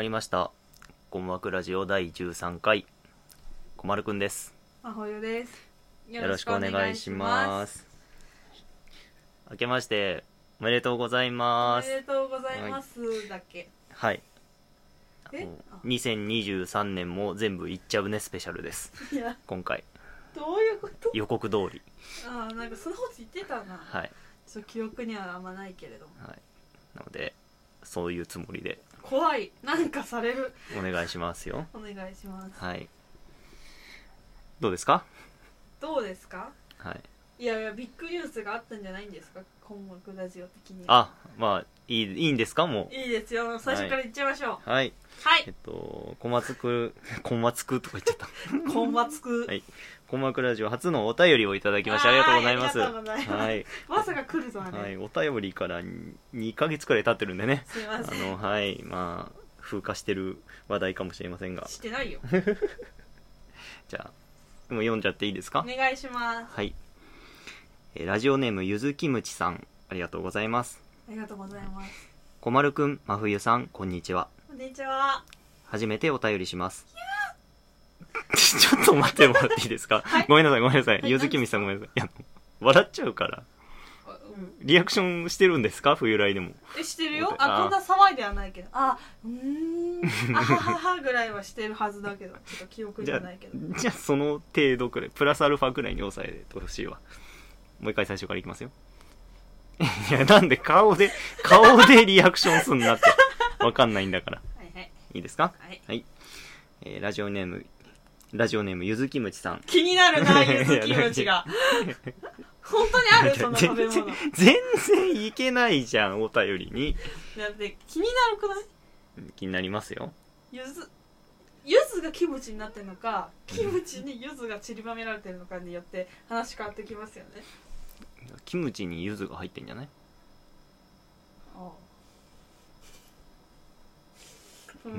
りました。困惑ラジオ第13回、こまるくんです。 まほよです。 よろしくお願いします。明けましておめでとうございます。 おめでとうございます、はい、だけ。 はい。2023年も全部いっちゃうねスペシャルです。 いや、 今回。 どういうこと？ 予告通り。 ああ、なんかそのこと言ってたな。 はい。 ちょっと記憶にはあんまないけれども。 はい。なのでそういうつもりで。 怖い。なんかされる。 お願いしますよ。 お願いします。 はい。どうですか？ どうですか？ はい。 いやいや、ビッグニュースがあったんじゃないんですか？困惑ラジオ的に。 あ、まあいいんですか？もういいですよ。最初から言っちゃいましょう。 はい。 はい。 小松くとか言っちゃった。 困惑く。 はい。困惑ラジオ初のお便りをいただきましてありがとうございます。 ありがとうございます。はい。まさか来るとはね。 はい。お便りから2ヶ月くらい経ってるんでね。 すいません。 はい。まあ、風化してる話題かもしれませんが。 してないよ。 じゃあ、もう読んじゃっていいですか？ お願いします。 はい。ラジオネームゆずきむちさん、ありがとうございます。 ありがとうございます。 こまるくん、まふゆさん、こんにちは。 こんにちは。 初めてお便りします。ちょっと待ってもらっていいですか？ はい、 ごめんなさい、 はい、 ゆずきみさんごめんなさい。いや、笑っちゃうから。リアクションしてるんですか？冬来でも。 してるよ。こんな騒いではないけど。あはははぐらいはしてるはずだけど、ちょっと記憶じゃないけど。 じゃあその程度くらい、プラスアルファくらいに抑えてほしいわ。もう一回最初からいきますよ。いや、なんで顔でリアクションすんなって。わかんないんだから。 はいはい。 いいですか？ はい。 はい。ラジオネームゆずきむちさん。 気になるな、ゆずきむちが。本当にあるそんな食べ物。 全然いけないじゃん、お便りに。 だって気になるくない？ 気になりますよ。 ゆずがキムチになってるのか、キムチにゆずが散りばめられてるのかによって話変わってきますよね。 キムチに柚子が入ってんじゃない？ ああ。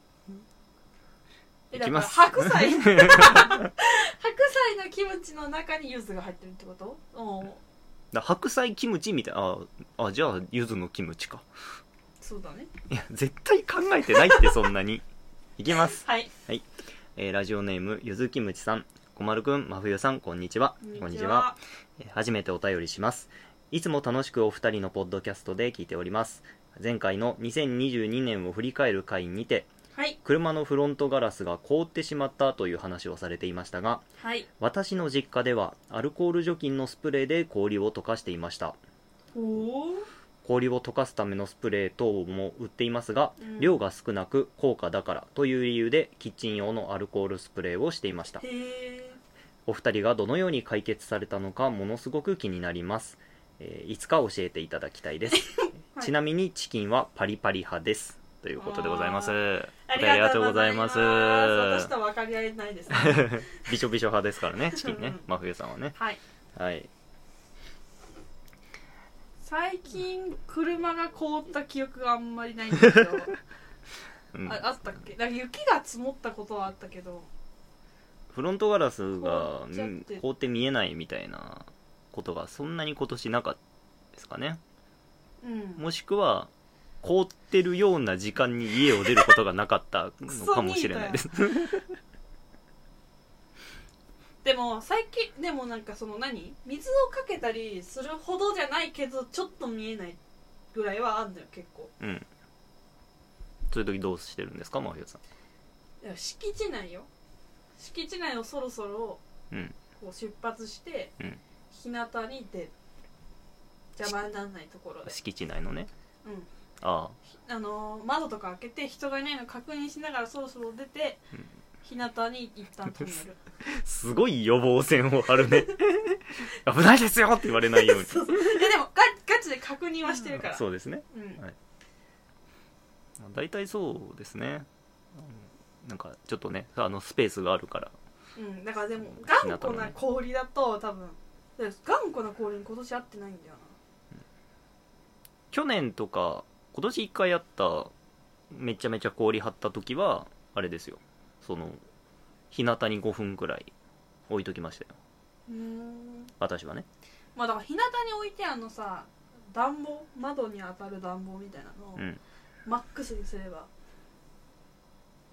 いきます。 白菜白菜のキムチの中に柚子が入ってるってこと？ 白菜キムチみたいな。じゃあ柚子のキムチか。 そうだね。 いや絶対考えてないってそんなに。いきます。 はい、 はい。ラジオネームゆずキムチさん、こまるくん、まふゆさん、こんにちは。 こんにちは。 初めてお便りします。いつも楽しくお二人のポッドキャストで聞いております。前回の2022年を振り返る回にて、 はい、 車のフロントガラスが凍ってしまったという話をされていましたが、 はい、 私の実家ではアルコール除菌のスプレーで氷を溶かしていました。氷を溶かすためのスプレー等も売っていますが、量が少なく高価だからという理由でキッチン用のアルコールスプレーをしていました。お二人がどのように解決されたのかものすごく気になります。いつか教えていただきたいです。はい、ちなみにチキンはパリパリ派ですということでございます。 ありがとうございます。私と分かり合えないですね。 びしょびしょ派ですからね、チキンね。真冬さんはね。 はい。 はい。 最近車が凍った記憶があんまりないんですよ。あったっけ？なんか雪が積もったことはあったけど。 フロントガラスが凍って見えないみたいなことがそんなに今年なかったですかね。もしくは凍ってるような時間に家を出ることがなかったのかもしれないです。 でも最近でもなんかその水をかけたりするほどじゃないけどちょっと見えないぐらいはあるんだよ結構。 そういう時どうしてるんですか、真冬さん？ いや敷地内をそろそろこう出発して、日向に出る。邪魔にならないところで。 敷地内のね。 窓とか開けて人がいないの確認しながらそろそろ出て、日向に一旦止める。 すごい予防線を張るね。危ないですよって言われないように。 そうでもガチで確認はしてるから。 そうですね。はい、大体そうですね。なんかちょっとねスペースがあるから。 だからでも頑固な氷だと多分頑固な氷に今年合ってないんだよな。 去年とか今年1回やっためちゃめちゃ氷張った時はあれですよ、日向に5分くらい置いときましたよ。私はね。 まあだから日向に置いて暖房、窓に当たる暖房みたいなのをマックスにすれば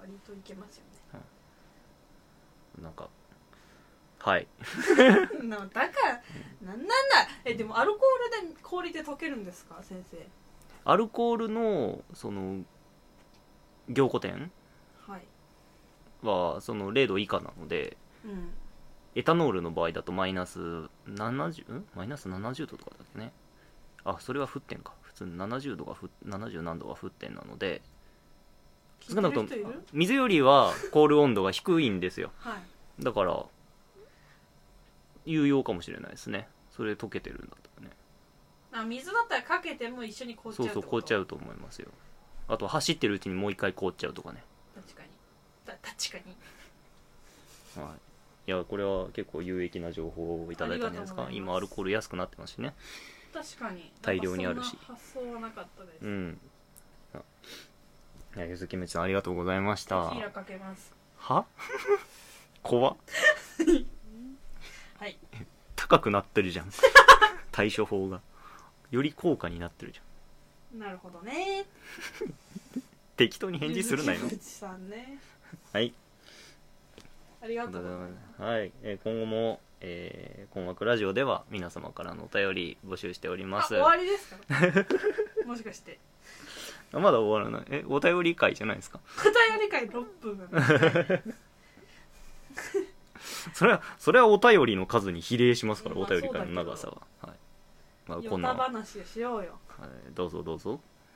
割といけますよね、 なんかはいだからなんだでもアルコールで氷で溶けるんですか先生？ アルコールのその凝固点はその0度以下なので、エタノールの場合だとマイナス70度とかだっけね。あ、それは沸点か。普通に70何度が沸点なので、少なくとも水よりは凍る温度が低いんですよ、だから有用かもしれないですね。それ溶けてるんだったらね。 水だったらかけても一緒に凍っちゃうってこと？ そう凍っちゃうと思いますよ。あと走ってるうちにもう一回凍っちゃうとかね。 確かにはい、いやこれは結構有益な情報をいただいたんじゃないですか。今アルコール安くなってますしね。 確かに大量にあるし。 そんな発想はなかったです。 いやゆずきめちゃんありがとうございました。 テキーラかけます。 は怖っはい、 高くなってるじゃん対処法がより高価になってるじゃん。なるほどね適当に返事するなよさんね。 はいありがとうございます。 はい、今後も、困惑ラジオでは皆様からのお便り募集しております。 終わりですかもしかしてまだ終わらない。お便り会じゃないですか？ お便り会6分それはお便りの数に比例しますから、お便り会の長さは。はい。 ヨタ話をしようよ。 はい、どうぞどうぞ。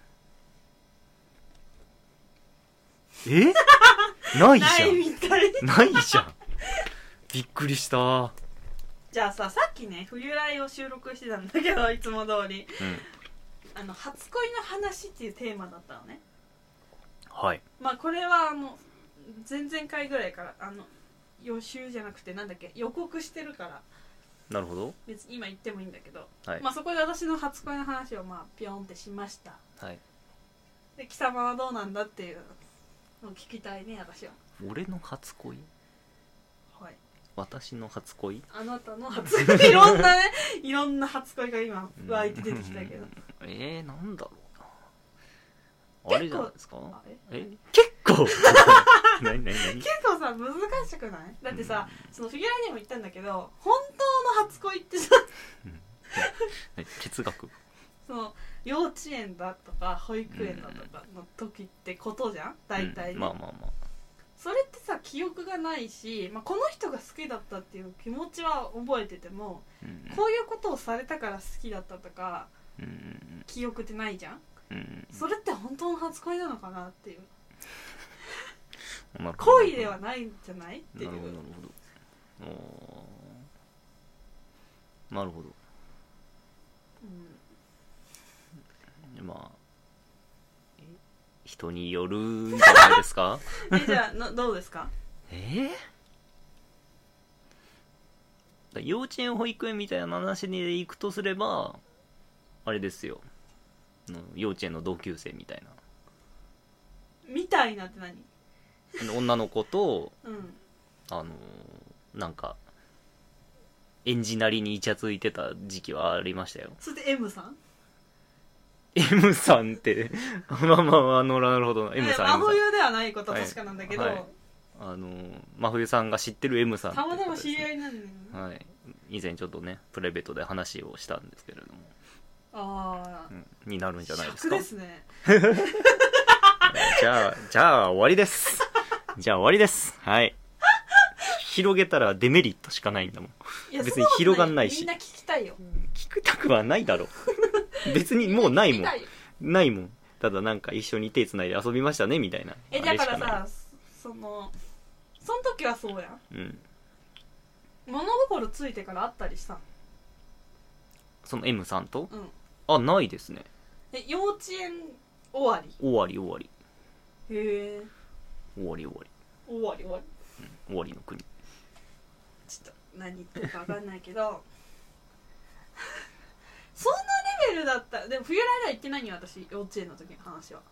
ないじゃん。ないじゃん。びっくりした。 じゃあさっきね冬来を収録してたんだけどいつも通り、初恋の話っていうテーマだったのね。 はい。 まあこれは前々回ぐらいから予習じゃなくて予告してるから。 なるほど。 別に今言ってもいいんだけど、 はい、 まあそこで私の初恋の話をピョンってしました。 はい。 で貴様はどうなんだっていうのを聞きたいね私は。 俺の初恋？ はい。 私の初恋？ あなたの初恋いろんな初恋が今湧いて出てきたけど。 なんだろうな。あれじゃないですか？結構何結構さ難しくない？だってさ、そのフィギュアにも言ったんだけど本当の初恋ってさ哲学その幼稚園だとか保育園だとかの時ってことじゃん大体ね。それってさ記憶がないし、この人が好きだったっていう気持ちは覚えてても、こういうことをされたから好きだったとか、記憶ってないじゃん、それって本当の初恋なのかなっていう恋ではないんじゃないっていう。 なるほど。まあ人によるんじゃないですかじゃあどうですか？ 幼稚園保育園みたいな話に行くとすればあれですよ、幼稚園の同級生みたいな。 みたいなって何？ 女の子と、なんか園児なりにイチャついてた時期はありましたよ。 それで M さん ？M さんってなるほど M さん。 真冬ではないことは確かなんだけど、 真冬さんが知ってる M さんたまたま知り合いなんだよね。 はい、以前ちょっとねプライベートで話をしたんですけれども、になるんじゃないですか。 ですねじゃあ終わりですじゃあ終わりです。はい、広げたらデメリットしかないんだもん。別に広がんないし。 みんな聞きたいよ。 聞きたくはないだろ別にもうないもん。ただなんか一緒に手つないで遊びましたねみたいな。 だからさ、その時はそうやん。物心ついてから会ったりしたん？ その M さんと？ないですね。 幼稚園終わり？ 終わり。 へえ。終わりの国。 ちょっと何言ってるか分かんないけどそんなレベルだったら。でも冬来では言ってないよ私、幼稚園の時の話は。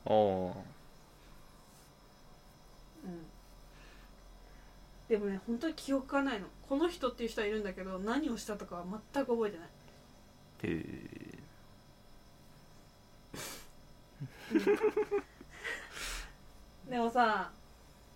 でもね本当に記憶がないの。この人っていう人はいるんだけど何をしたとかは全く覚えてない。でもさ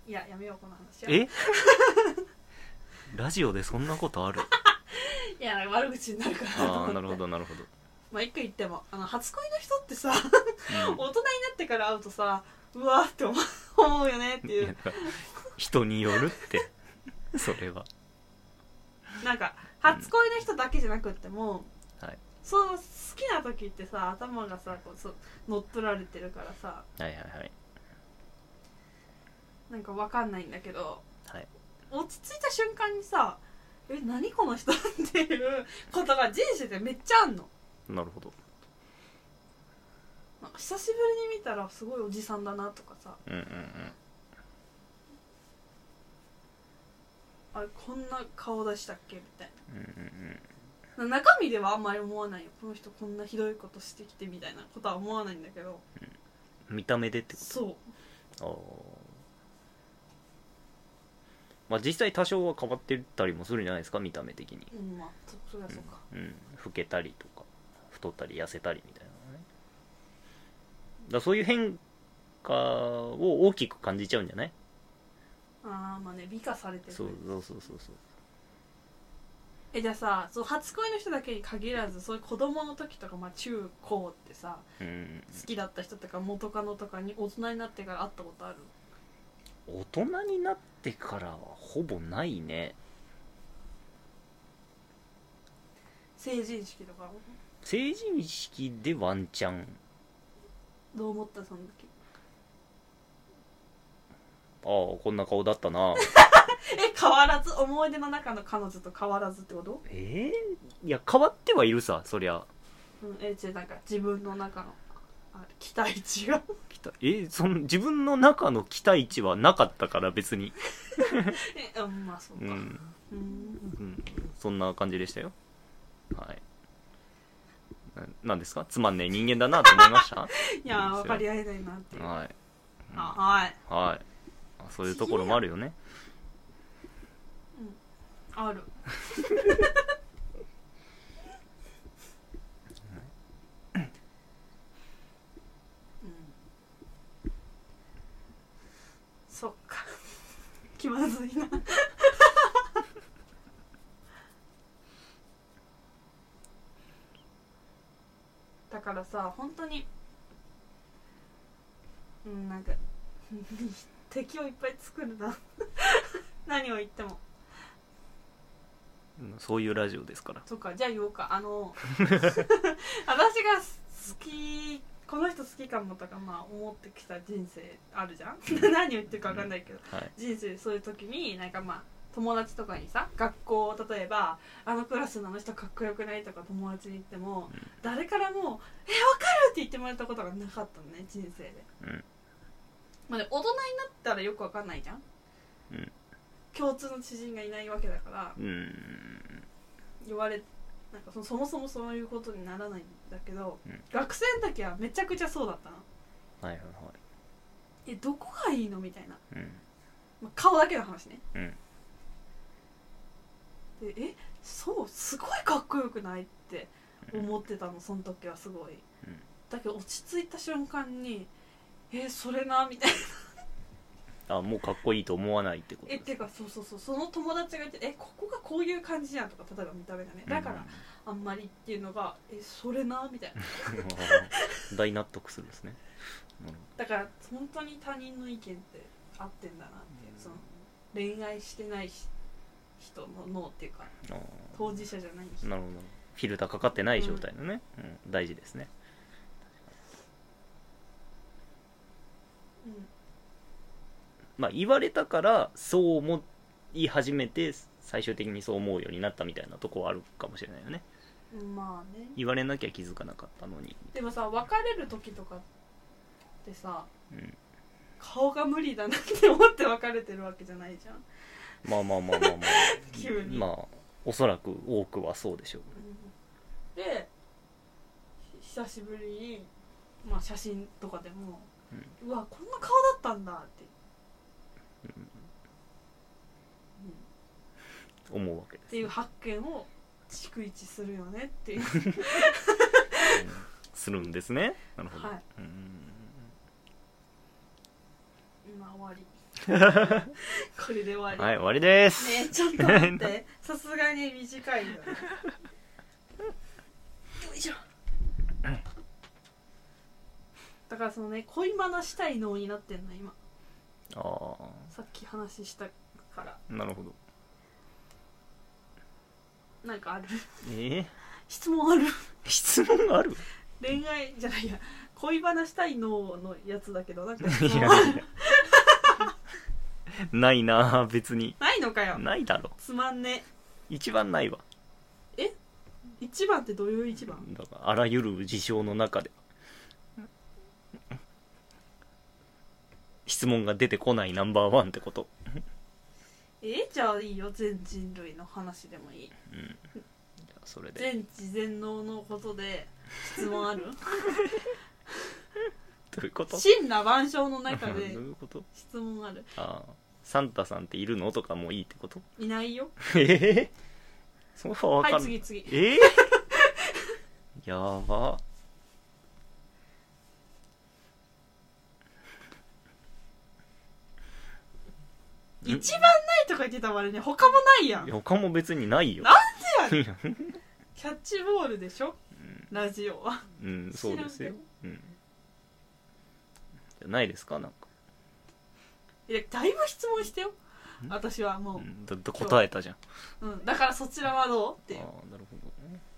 いややめようこの話は。 えラジオでそんなことある？ いや悪口になるからと思って。 ああなるほどなるほど。 まあ一回言っても初恋の人ってさ、大人になってから会うとさうわーって思うよねっていう。 人によるってそれはなんか初恋の人だけじゃなくっても、 はい、 その好きな時ってさ頭がさこう乗っ取られてるからさ、 はいはいはい、 なんか分かんないんだけど、 はい、 落ち着いた瞬間にさ何この人っていうことが人生でめっちゃあんの。 なるほど。 なんか久しぶりに見たらすごいおじさんだなとかさ、 うんうんうん、 あれこんな顔出したっけみたいな、 うんうんうん、 中身ではあんまり思わないよ。この人こんなひどいことしてきてみたいなことは思わないんだけど、 うん、見た目でってこと？ そう。 あ、まあ実際多少は変わってたりもするんじゃないですか、見た目的に。 まあそれはそうか、 うん、老けたりとか太ったり痩せたりみたいなね。だそういう変化を大きく感じちゃうんじゃない？ ああまあね、美化されてる。 そうそうそう。 じゃあさ、そう初恋の人だけに限らず、そういう子供の時とか、まあ、中高ってさ、 うん、 好きだった人とか元カノとかに大人になってから会ったことある？ 大人になってからはほぼないね。 成人式とか？ 成人式でワンチャン。 どう思ったその時？ ああこんな顔だったな変わらず、思い出の中の彼女と変わらずってこと？ いや変わってはいるさそりゃ。 なんか自分の中の期待値がその自分の中の期待値はなかったから別にまあそうか、 そんな感じでしたよ。はい。なんですか、つまんねえ人間だなと思いましたいや分かり合えないなっていう。 はい、 はいはい、そういうところもあるよね。 あるそっか気まずいなだからさ本当になんか敵をいっぱい作るな何を言っても。 そういうラジオですから。 そっか、じゃあ言おうか。私が好き、この人好きかもとか、まあ思ってきた人生あるじゃん何を言ってるか分かんないけど、 はい、 人生そういう時になんかまあ友達とかにさ、学校例えばクラスの人かっこよくないとか友達に言っても、誰からも分かるって言ってもらったことがなかったのね人生で、まあね、大人になったらよく分かんないじゃん、共通の知人がいないわけだから、言われなんかそもそもそういうことにならないんだけど、学生の時はめちゃくちゃそうだったの。 はいはいはい。 どこがいいのみたいな、まあ、顔だけの話ね、でそうすごいかっこよくないって思ってたのその時はすごい、だけど落ち着いた瞬間にそれなみたいなもうかっこいいと思わないってことですか？ てかそうその友達が言ってここがこういう感じじゃんとか、例えば見た目がね、だからあんまりっていうのがそれなみたいな大納得するんですね。 だから本当に他人の意見って合ってんだなっていう、その恋愛してない人の脳っていうか当事者じゃない人。 なるほど、フィルターかかってない状態のね、大事ですね。まあ言われたからそう思い始めて最終的にそう思うようになったみたいなとこはあるかもしれないよね。 まあね、 言われなきゃ気づかなかったのに。 でもさ、別れる時とかってさ、顔が無理だなって思って別れてるわけじゃないじゃん。 まあ急にまあおそらく多くはそうでしょう、 で久しぶりに、まあ、写真とかでも、うわこんな顔だったんだって、 思うわけです、 っていう発見を逐一するよねっていうするんですね。なるほど、 はい、今終わりこれで終わり。 はい、終わりです。 ね、ちょっと待ってさすがに短いよね。よいしょ。だからそのね、恋バナしたい脳になってんの今。 ああ、 さっき話したから。 なるほど。 なんかある？ えー、 質問ある？ 質問ある？ 恋愛じゃないや、恋バナしたい脳のやつだけど、なんかいやないな、別に。 ないのかよ。 ないだろ。 つまんね。 一番ないわ。 え？一番ってどういう一番？ だからあらゆる事象の中で質問が出てこないナンバーワンってこと。 じゃあいいよ、全人類の話でもいい。 うん。じゃあそれで。 全知全能のことで質問ある？ どういうこと？ 神羅万象の中でどういうこと？ 質問ある。 ああ、サンタさんっているのとかもいいってこと？ いないよ。 そうは分かんない。 はい、次。 やば。 一番ないとか言ってた割に他もないやん。 他も別にないよ。 なんでやねん。キャッチボールでしょ、ラジオは。 うん、そうですよ。うん。じゃないですか、なんか。 いや、だいぶ質問してよ。私はもう、 だって答えたじゃん。 うん、だからそちらはどうっていう。 ああ、なるほどね。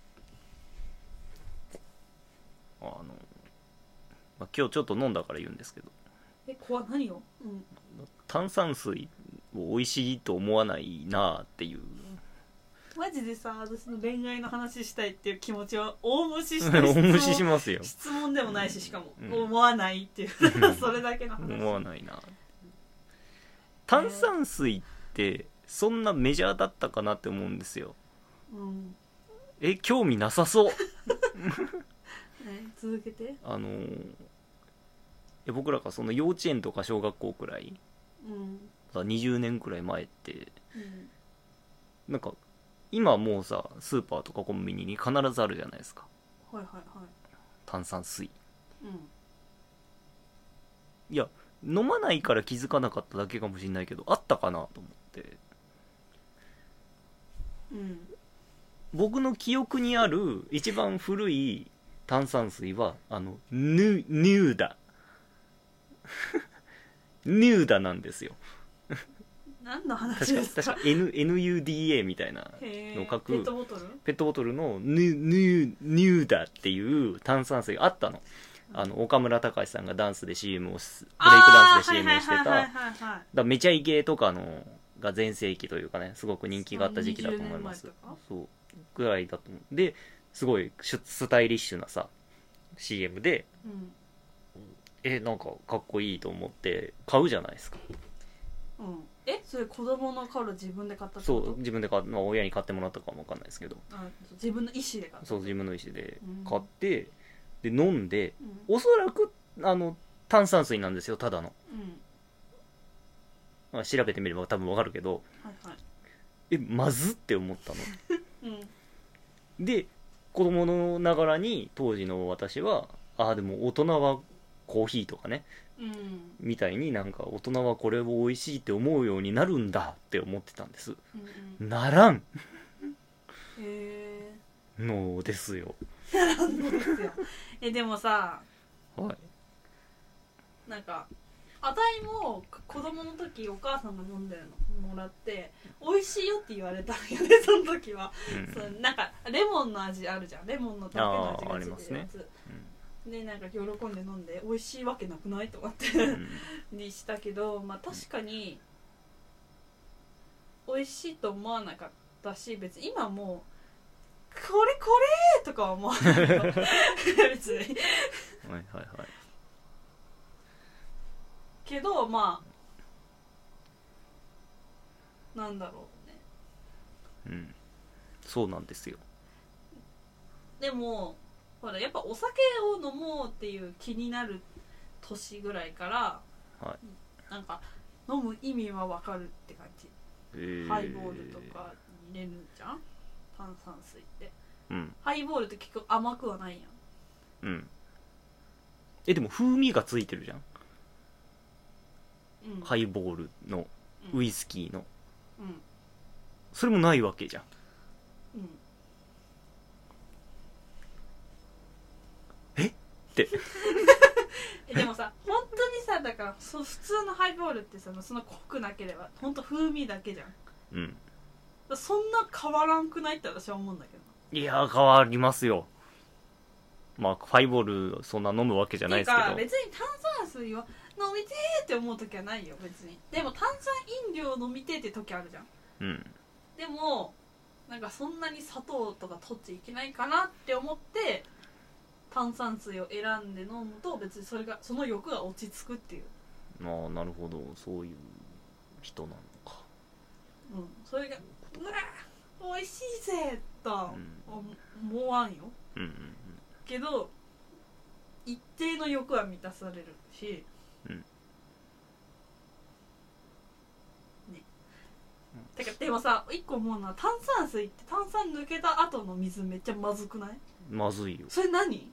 まあ、今日ちょっと飲んだから言うんですけど、 怖何を？うん。 炭酸水を美味しいと思わないなっていう。 マジでさ、私の恋愛の話したいっていう気持ちは大無視して大無視しますよ。 質問でもないし、しかも、 うん、 思わないっていうそれだけの話。 思わないな。炭酸水ってそんなメジャーだったかなって思うんですよ。 うん、 興味なさそう続けて。 僕らがその幼稚園とか小学校くらい、20年くらい前って、なんか今もうさ、スーパーとかコンビニに必ずあるじゃないですか。 はいはいはい。 炭酸水。いや、飲まないから気づかなかっただけかもしれないけど、あったかなと思って。僕の記憶にある一番古い炭酸水はヌーダヌーダなんですよ。 何の話ですか？ 確か NUDA みたいなのを書くペットボトルのヌーダっていう炭酸水があったの。岡村隆史さんがダンスで CM をブレイクダンスで CM をしてた、だめちゃイケとかのが全盛期というかね、すごく人気があった時期だと思います。そうぐらいだと思う。ですごいスタイリッシュなさ CM で、なんかかっこいいと思って買うじゃないですか。 それ子供の頃自分で買ったってこと？そう、自分で買った、親に買ってもらったかもわかんないですけど、 自分の意思で買った。 そう、自分の意思で買って、で飲んで、おそらく炭酸水なんですよ、ただの。まあ、調べてみれば多分わかるけど、まずって思ったの。で、子供のながらに当時の私は、でも大人はコーヒーとかね、みたいになんか大人はこれを美味しいって思うようになるんだって思ってたんです。ならんのですよ。 ならんのですよ。でもさ、なんかあたいも子供の時お母さんが飲んでるのもらって美味しいよって言われたんよね、その時は。なんかレモンの味あるじゃん、レモンのだけの味がついてるやつで、なんか喜んで飲んで美味しいわけなくないと思ってにしたけど、まあ確かに美味しいと思わなかったし、別に今もこれとかは思わないよ別にけど、まあなんだろうね。 そうなんですよ。 でもほら、やっぱお酒を飲もうっていう気になる年ぐらいから、なんか飲む意味は分かるって感じ。ハイボールとか入れるじゃん、炭酸水って。ハイボールって結構甘くはないやん。 でも風味がついてるじゃん。 ハイボールのウイスキーの、 うん、 それもないわけじゃん。えってでもさ本当にさだから普通のハイボールってさその濃くなければ本当風味だけじゃん。うん。そんな変わらんくないって私は思うんだけど。 いや変わりますよ。まあハイボールそんな飲むわけじゃないですけど。 別に炭酸水を飲みてーって思う時はないよ別に。でも炭酸飲料飲みてーって時あるじゃん。うん。でもなんかそんなに砂糖とか取っちゃいけないかなって思って炭酸水を選んで飲むと別にその欲が落ち着くっていう。 ああなるほどそういう人なのか。 うん。それがうわ美味しいぜと思わんよ。うんうんうん。けど一定の欲は満たされるし、うん、ね。てかでもさ一個思うのは炭酸水って炭酸抜けた後の水めっちゃまずくない？まずいよ。それ何？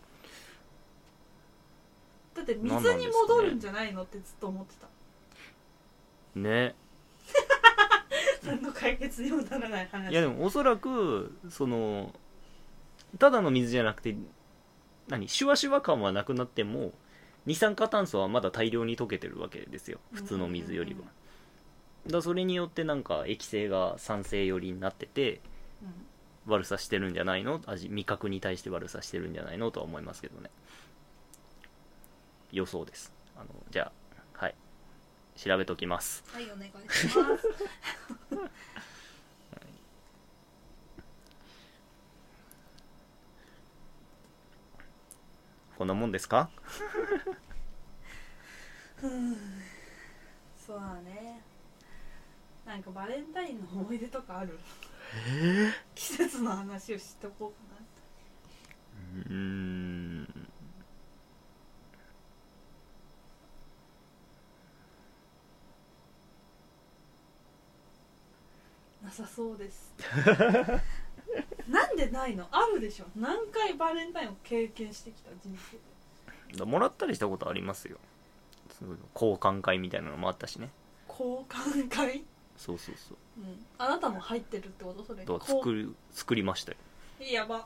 だって水に戻るんじゃないのってずっと思ってた。ね。何の解決にもならない話。 いやでもおそらくただの水じゃなくてシュワシュワ感はなくなっても二酸化炭素はまだ大量に溶けてるわけですよ普通の水よりは。だからそれによってなんか液性が酸性寄りになってて、悪さしてるんじゃないの、味覚に対して悪さしてるんじゃないのとは思いますけどね。予想です。じゃあはい調べときます。 はいお願いしますこんなもんですかそうだね。なんかバレンタインの思い出とかある？季節の話をしとこうかな。なさそうですなんでないの？あるでしょ。何回バレンタインを経験してきた人生で。もらったりしたことありますよ。交換会みたいなのもあったしね。 交換会？ そうそうそう、 うん、あなたも入ってるってこと？それ作りましたよ。 やば、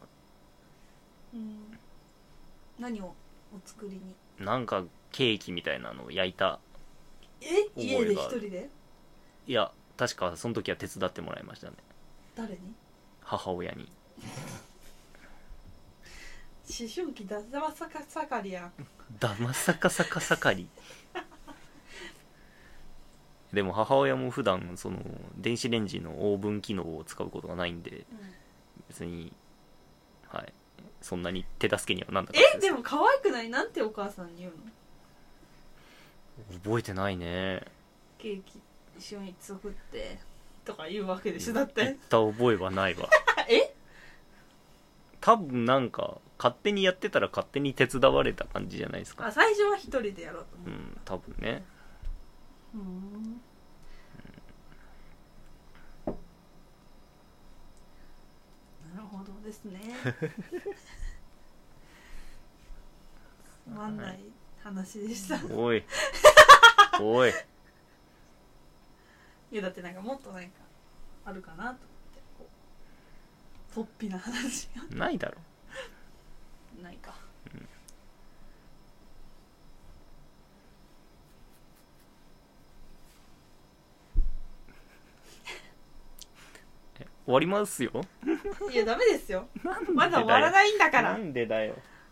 何をお作りに？ なんかケーキみたいなのを焼いた。 家で一人で？ いや確かその時は手伝ってもらいましたね。 誰に？ 母親に。 思春期だまさか盛りやん。 だまさか盛りでも母親も普段電子レンジのオーブン機能を使うことがないんで、別にはいそんなに手助けにはなんなかったです。 でも可愛くない？なんてお母さんに言うの？覚えてないね。 ケーキ一緒に作ってとか言うわけでしょ。だって言った覚えはないわ多分なんか勝手にやってたら勝手に手伝われた感じじゃないですか。 最初は一人でやろうと思う。 多分ね。 なるほどですねつまんない話でしたおいおいいやだってなんかもっとなんかあるかなと思って突飛な話がないだろ。 ないか、 終わりますよ。 いやダメですよまだ終わらないんだから。 なんでだよ。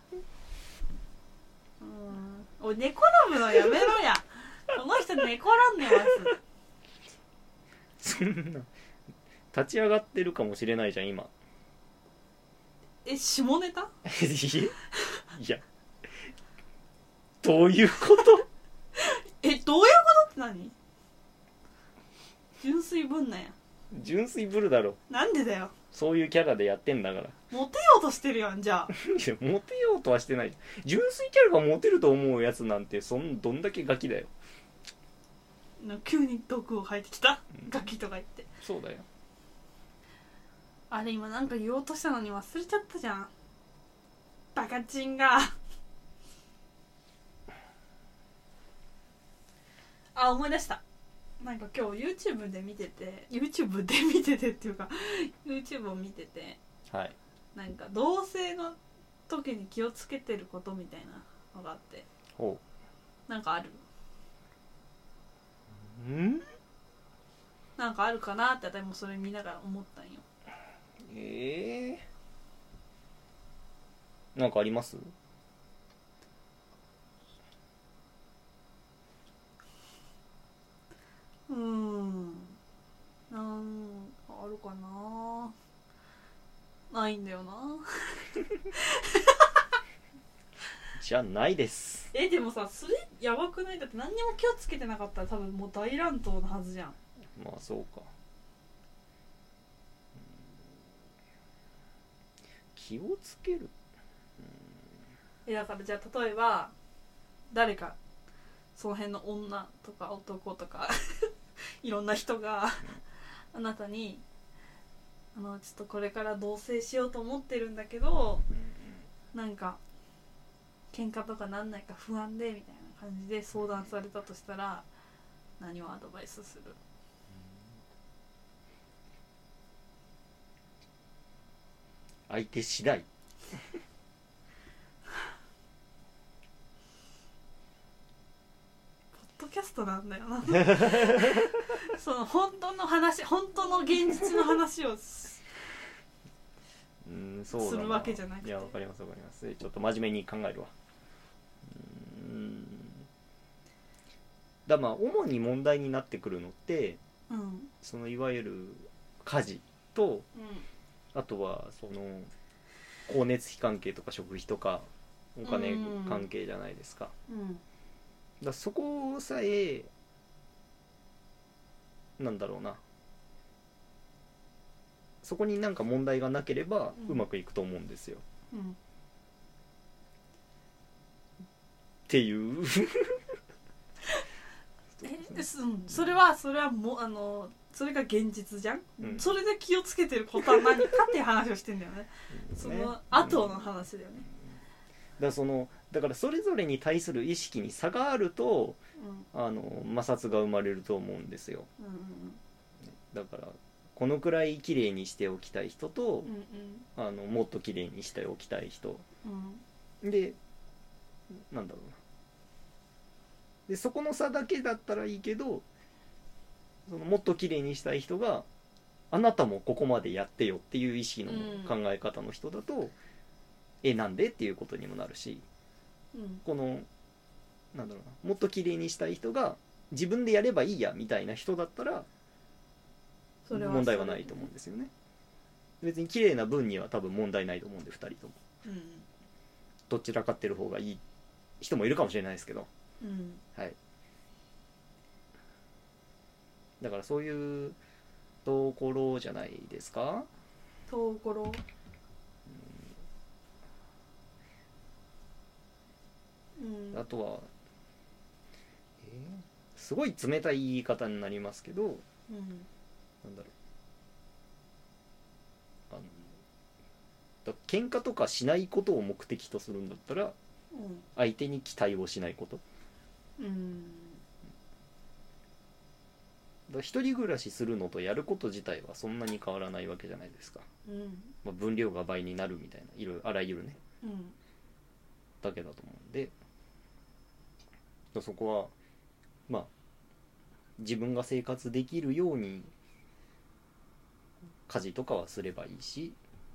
おい寝転ぶのやめろやこの人寝転んでますそんな立ち上がってるかもしれないじゃん今。 下ネタいやどういうことどういうことって何？純粋ぶんなや。 純粋ぶるだろ。 なんでだよ。 そういうキャラでやってんだから。 モテようとしてるやんじゃあ。 いやモテようとはしてない。純粋キャラがモテると思うやつなんてどんだけガキだよ。 急に毒を吐いてきた、ガキとか言って。 そうだよ。 あれ今なんか言おうとしたのに忘れちゃったじゃんバカチンがあ、思い出した。なんか今日 YouTube で見ててっていうかYouTube を見てて、 はい、 なんか同棲の時に気をつけてることみたいなのがあって、 ほうなんかある？なんかあるかなって私もそれ見ながら思ったんよ。 なんかあります？ なんかあるかな。ないんだよなじゃないです。 でもさ、それやばくない？だって何にも気をつけてなかったら多分もう大乱闘のはずじゃん。 まあそうか。気をつける。 だからじゃあ例えば誰かその辺の女とか男とかいろんな人があなたにちょっとこれから同棲しようと思ってるんだけど、なんか喧嘩とかなんないか不安でみたいな感じで相談されたとしたら何をアドバイスする？ 相手次第。 ポッドキャストなんだよなその本当の話、本当の現実の話をそうだな、 するわけじゃなくて。 いや、わかりますわかります。ちょっと真面目に考えるわ。まあ主に問題になってくるのって、そのいわゆる家事と、あとはその光熱費関係とか食費とかお金関係じゃないですか。だそこさえなんだろうな、そこになんか問題がなければうまくいくと思うんですよ、っていうそれはもそれが現実じゃん、それで気をつけてることは何かっていう話をしてんだよねその後の話だよね、 だからそれぞれに対する意識に差があると、摩擦が生まれると思うんですよ、だからこのくらい綺麗にしておきたい人と、もっと綺麗にしておきたい人、でなんだろうな、でそこの差だけだったらいいけど、そのもっと綺麗にしたい人があなたもここまでやってよっていう意識の考え方の人だと、なんでっていうことにもなるし、このなんだろうな、もっと綺麗にしたい人が自分でやればいいやみたいな人だったら問題はないと思うんですよね。別に綺麗な分には多分問題ないと思うんで、2人とも、どちらかってる方がいい人もいるかもしれないですけど、はい、だからそういうところじゃないですか。あとは、すごい冷たい言い方になりますけど、なんだろう、喧嘩とかしないことを目的とするんだったら、相手に期待をしないこと、一人暮らしするのとやること自体はそんなに変わらないわけじゃないですか、分量が倍になるみたいな、いろいろあらゆるね、だけだと思うんで、そこはまあ自分が生活できるように家事とかはすればいいし、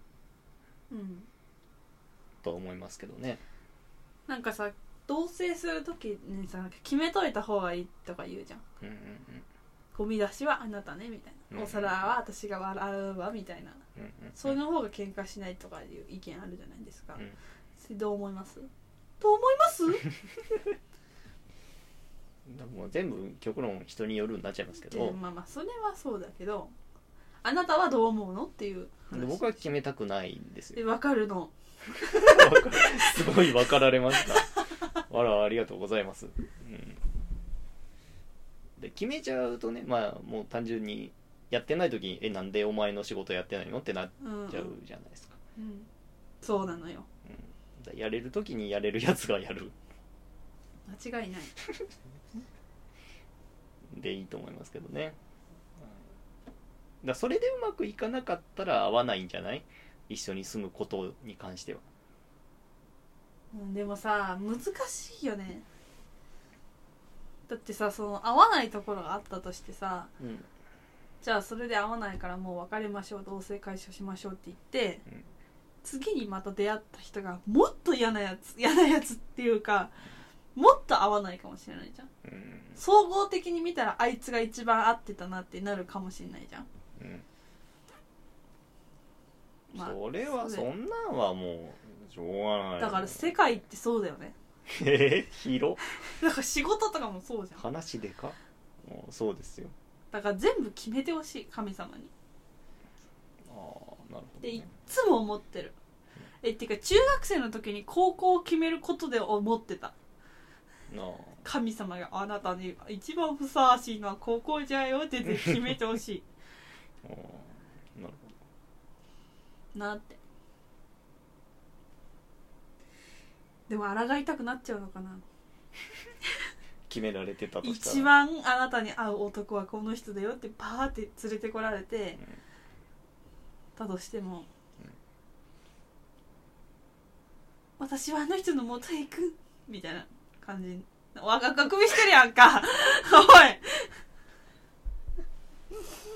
とは思いますけどね。 なんかさ、同棲するときにさ、決めといた方がいいとか言うじゃん、ゴミ出しはあなたねみたいな、お皿は私が洗うわみたいな、それの方が喧嘩しないとかいう意見あるじゃないですか、どう思います？ もう全部極論人によるになっちゃいますけど、 まあそれはそうだけど、あなたはどう思うのっていう話。 僕は決めたくないんですよ。 分かるのすごい分かられましたありがとうございます、で決めちゃうとね、まあもう単純にやってない時になんでお前の仕事やってないのってなっちゃうじゃないですか、 そうなのよ、 やれる時にやれるやつがやる、 間違いないでいいと思いますけどね。だそれでうまくいかなかったら合わないんじゃない？一緒に住むことに関しては。 でもさ難しいよね。だってさその合わないところがあったとしてさ、じゃあそれで合わないからもう別れましょう、同棲解消しましょうって言って、次にまた出会った人がもっと嫌なやつっていうかもっと合わないかもしれないじゃん、総合的に見たらあいつが一番合ってたなってなるかもしれないじゃん、 まあ、それはそんなんはもうしょうがない。 だから世界ってそうだよね。 広だから仕事とかもそうじゃん。 話でかそうですよ。 だから全部決めてほしい神様に。 ああなるほど、ね、 でいっつも思ってる。っていうか中学生の時に高校を決めることで思ってた。神様があなたに一番ふさわしいのは高校じゃよって決めてほしい。 なるほどなって。でも抗いたくなっちゃうのかな。 決められてたとしたら一番あなたに合う男はこの人だよってパーって連れてこられて、だとしても、私はあの人の元へ行くみたいな感じ。わがか首してるやんか。おい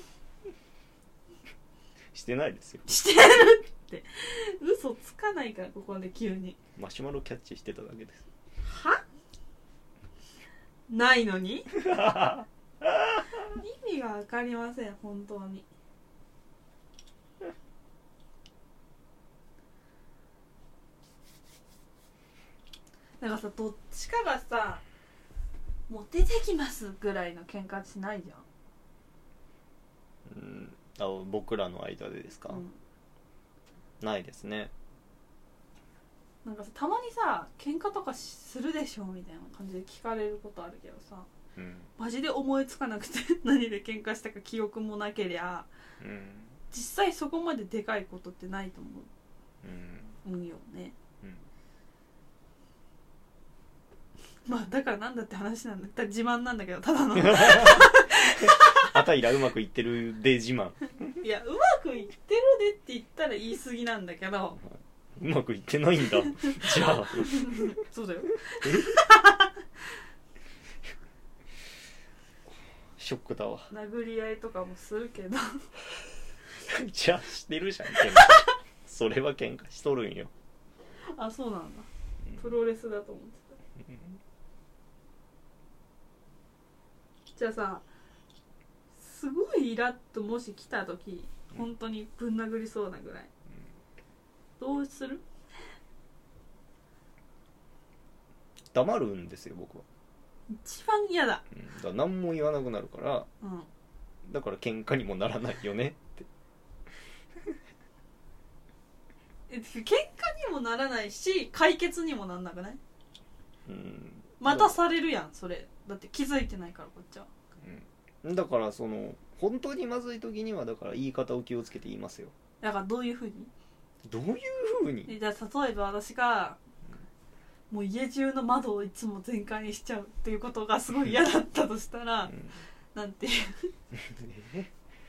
してないですよ。 してるって嘘つかないから。ここで急にマシュマロキャッチしてただけです。 はないのに意味が分かりません本当に。だからさどっちかがさもう出てきますぐらいの喧嘩しないじゃん。僕らの間でですか、ないですね。 なんかさたまにさ喧嘩とかするでしょみたいな感じで聞かれることあるけどさ、マジで思いつかなくて何で喧嘩したか記憶もなけりゃ、実際そこまででかいことってないと思う、よね、まあだからなんだって話なんだ。自慢なんだけどただのあたいらうまくいってるで自慢。 いやうまくいってるでって言ったら言い過ぎなんだけどうまくいってないんだじゃあそうだよショックだわ。 殴り合いとかもするけどじゃあしてるじゃん喧嘩それは喧嘩しとるんよ。 あそうなんだ、プロレスだと思ってた、じゃあさすごいイラッともし来た時、本当にぶん殴りそうなぐらい、どうする？ 黙るんですよ僕は。 一番嫌だ、 だから何も言わなくなるから、だから喧嘩にもならないよねって喧嘩にもならないし解決にもなんなくない？またされるやんそれ。だって気づいてないからこっちは、 だからその本当にまずい時にはだから言い方を気をつけて言いますよ。 だからどういうふうにじゃあ例えば私がもう家中の窓をいつも全開にしちゃうっていうことがすごい嫌だったとしたら、なんていう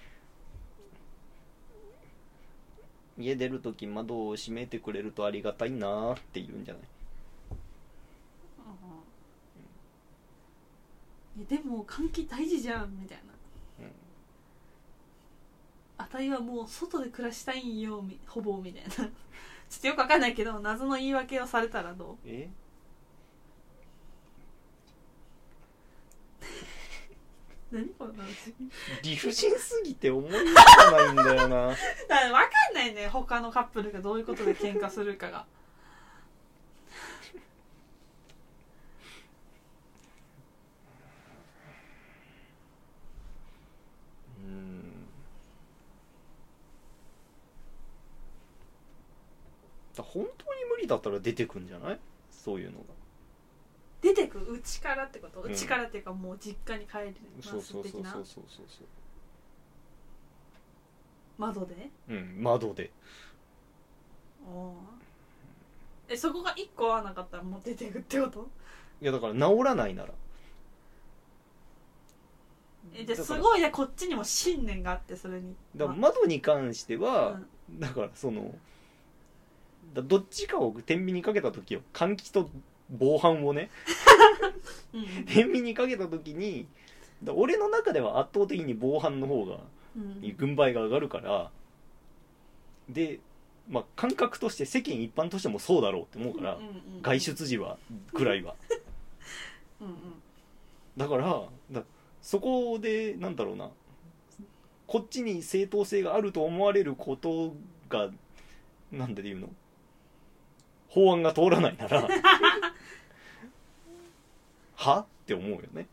家出るとき窓を閉めてくれるとありがたいなーって言うんじゃない？ でも換気大事じゃんみたいな、あたいはもう外で暮らしたいんよほぼみたいなちょっとよくわかんないけど謎の言い訳をされたらどう？何この話理不尽すぎて思いつかないんだよなだから分かんないね他のカップルがどういうことで喧嘩するかが本当に無理だったら出てくんじゃない？そういうのが出てくうちからってこと？うちからっていうかもう実家に帰るます的な。窓で？ 窓で。 そこが1個合わなかったらもう出てくってこと？ いやだから治らないならじゃあすごいね、こっちにも信念があって、それにだから窓に関しては、だからそのどっちかを天秤にかけた時よ、換気と防犯をね天秤にかけた時に俺の中では圧倒的に防犯の方が軍配が上がるから、で、まあ、感覚として世間一般としてもそうだろうって思うから、外出時はくらいはだからそこでなんだろうな、こっちに正当性があると思われることがなんで言うの、法案が通らないならはって思うよね、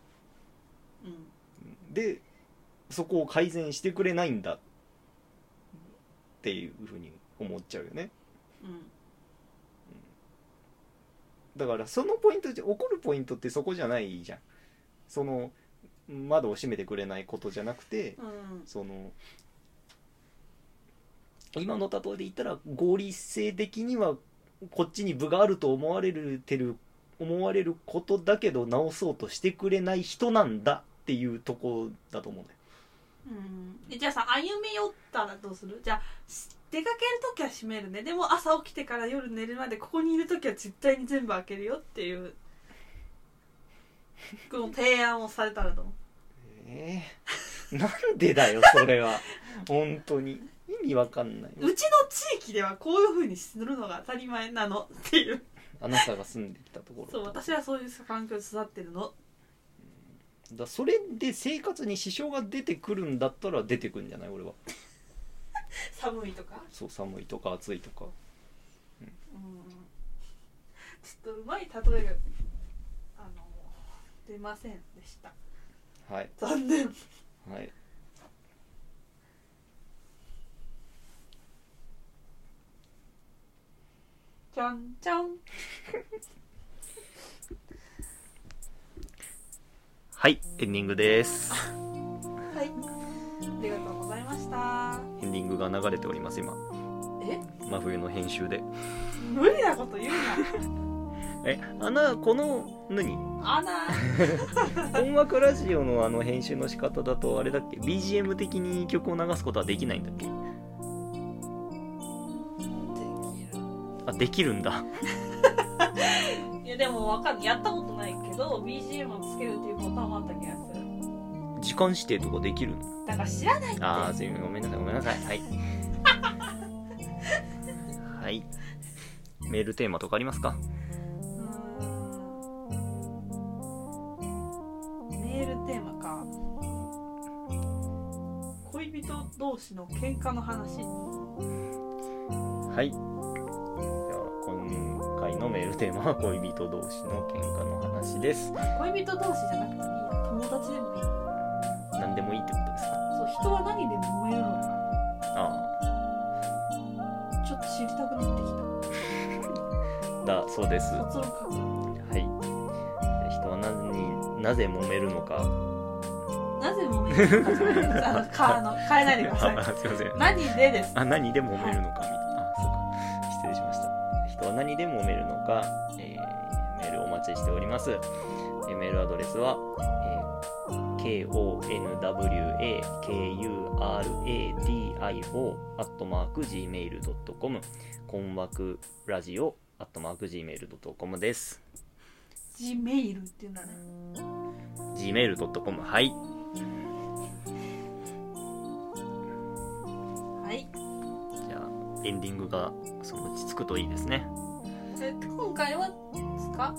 でそこを改善してくれないんだっていうふうに思っちゃうよね、だからそのポイントで怒るポイントってそこじゃないじゃん。その窓を閉めてくれないことじゃなくて、その今の例えで言ったら合理性的にはこっちに分があると思われることだけど直そうとしてくれない人なんだっていうとこだと思うんだよ。 じゃあさ、歩み寄ったらどうする？じゃあ出かけるときは閉めるね、でも朝起きてから夜寝るまでここにいるときは絶対に全部開けるよっていうこの提案をされたらどう？ なんでだよそれは本当に意味わかんない。 うちの地域ではこういう風にするのが当たり前なのっていう。 あなたが住んできたところ。 そう、私はそういう環境で育ってるの。 だそれで生活に支障が出てくるんだったら出てくるんじゃない俺は。 寒いとか？ そう、寒いとか暑いとか、 ちょっとうまい例えが出ませんでした。 はい、 残念。 はい。 ちゃんちゃんはい、エンディングです。 はい、ありがとうございました。 エンディングが流れております今。真冬の編集で。 無理なこと言うな。この何？音楽ラジオの編集の仕方だとあれだっけ？ BGM 的に曲を流すことはできないんだっけ？できるんだ。 いやでもわかんない、やったことないけど BGM をつけるっていうボタンもあった気がする。 時間指定とかできるの？ だから知らないって。 すいません、ごめんなさいはいはい。メールテーマとかありますか？ メールテーマか。恋人同士の喧嘩の話。 はい。じゃあ今回のメールテーマは恋人同士の喧嘩の話です。 恋人同士じゃなくてもいいよ。友達でもいい。 何でもいいってことですか？ そう、人は何で揉めるのか。ちょっと知りたくなってきた。 だそうです。 卒論書く。 はい。人はなぜ揉めるのか。 なぜ揉めるのかじゃない変えないでください。 すいません。 何でです。 何で揉めるのかみたいな。そうか。失礼しました。人は何で揉めるのか、メールお待ちしております。メールアドレスは、konwakuradio@gmail.com 困惑ラジオ@gmail.com です。 Gmail っていうんだね。 gmail.com はい。 はい。 じゃあエンディングがそのうちつくといいですね。 今回はつか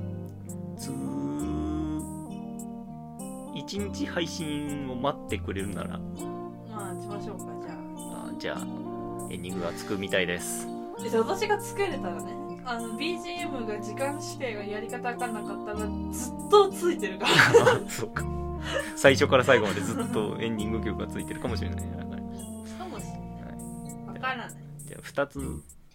1日配信を待ってくれるなら待ちましょうか。 じゃあエンディングがつくみたいです。 私が作れたらね、BGM が時間指定がやり方わかんなかったらずっとついてるからそうか、最初から最後までずっとエンディング曲がついてるかもしれない。 かもしれない。わからない。 じゃあ2つ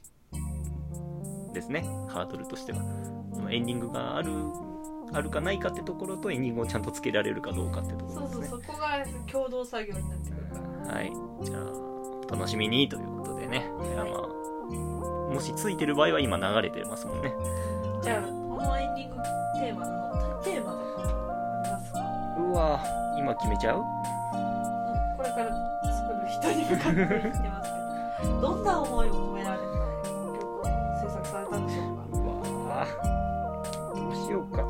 ですね、ハードルとしては。エンディングがあるかないかってところとエンディングをちゃんとつけられるかどうかってところですね。 そう、そこが共同作業になってくるから。 はい。じゃあお楽しみにということでね。じゃあもしついてる場合は今流れてますもんね。 じゃあこのエンディングテーマとかありますか？ うわ今決めちゃう？ これから作る人に向かって言ってますけどどんな思いを込められてこの曲を制作されたんでしょうか。 うわどうしようか。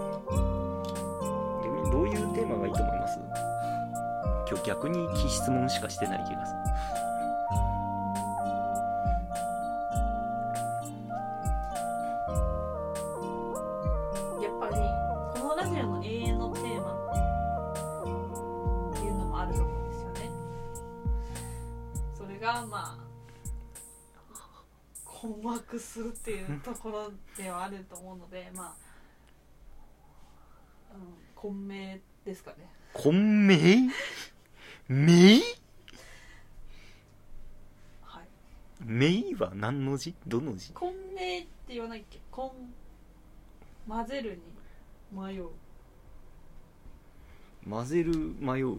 逆にどういうテーマがいいと思います？今日逆に質問しかしてない気がする。 やっぱりこのラジオの永遠のテーマっていうのもあると思うんですよね。それがまあ困惑するっていうところではあると思うのでまあ、混迷ですかね。 混迷？迷？ はい。 迷は何の字？どの字？ 混迷って言わないっけ？混ぜるに迷う。 混ぜる迷う、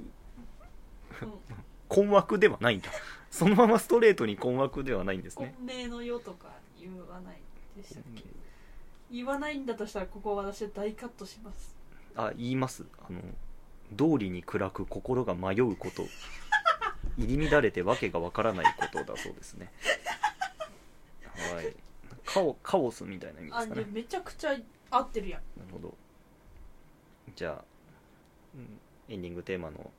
困惑ではないんだ。そのままストレートに困惑ではないんですね。 混迷の世とか言わないでしたっけ？言わないんだとしたらここは私は大カットします。 言います。道理に暗く心が迷うこと入り乱れてわけがわからないことだそうですね。はい。カオスみたいな意味ですかね。 めちゃくちゃ合ってるやん。 なるほど。じゃあ、エンディングテーマの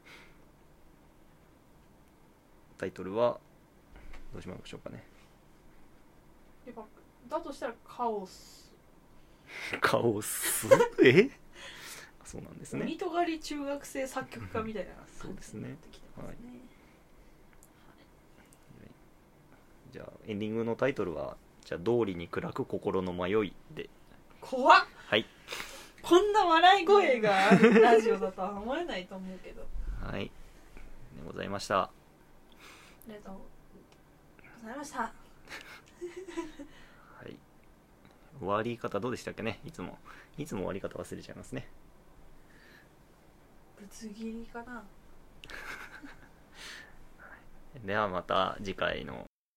タイトルはどうしましょうかね。 やっぱだとしたらカオス。 カオス？そうなんですね。 鬼とがり中学生作曲家みたいなそうですね。はい。じゃあエンディングのタイトルはじゃあ道理に暗く心の迷いで。 怖っ。 はい。 こんな笑い声があるラジオだとは思えないと思うけど。 はい。でございました。 ありがとうございました。はい 。終わり方どうでしたっけね。いつも終わり方忘れちゃいますね。 ぶつ切りかな。 ではまた次回の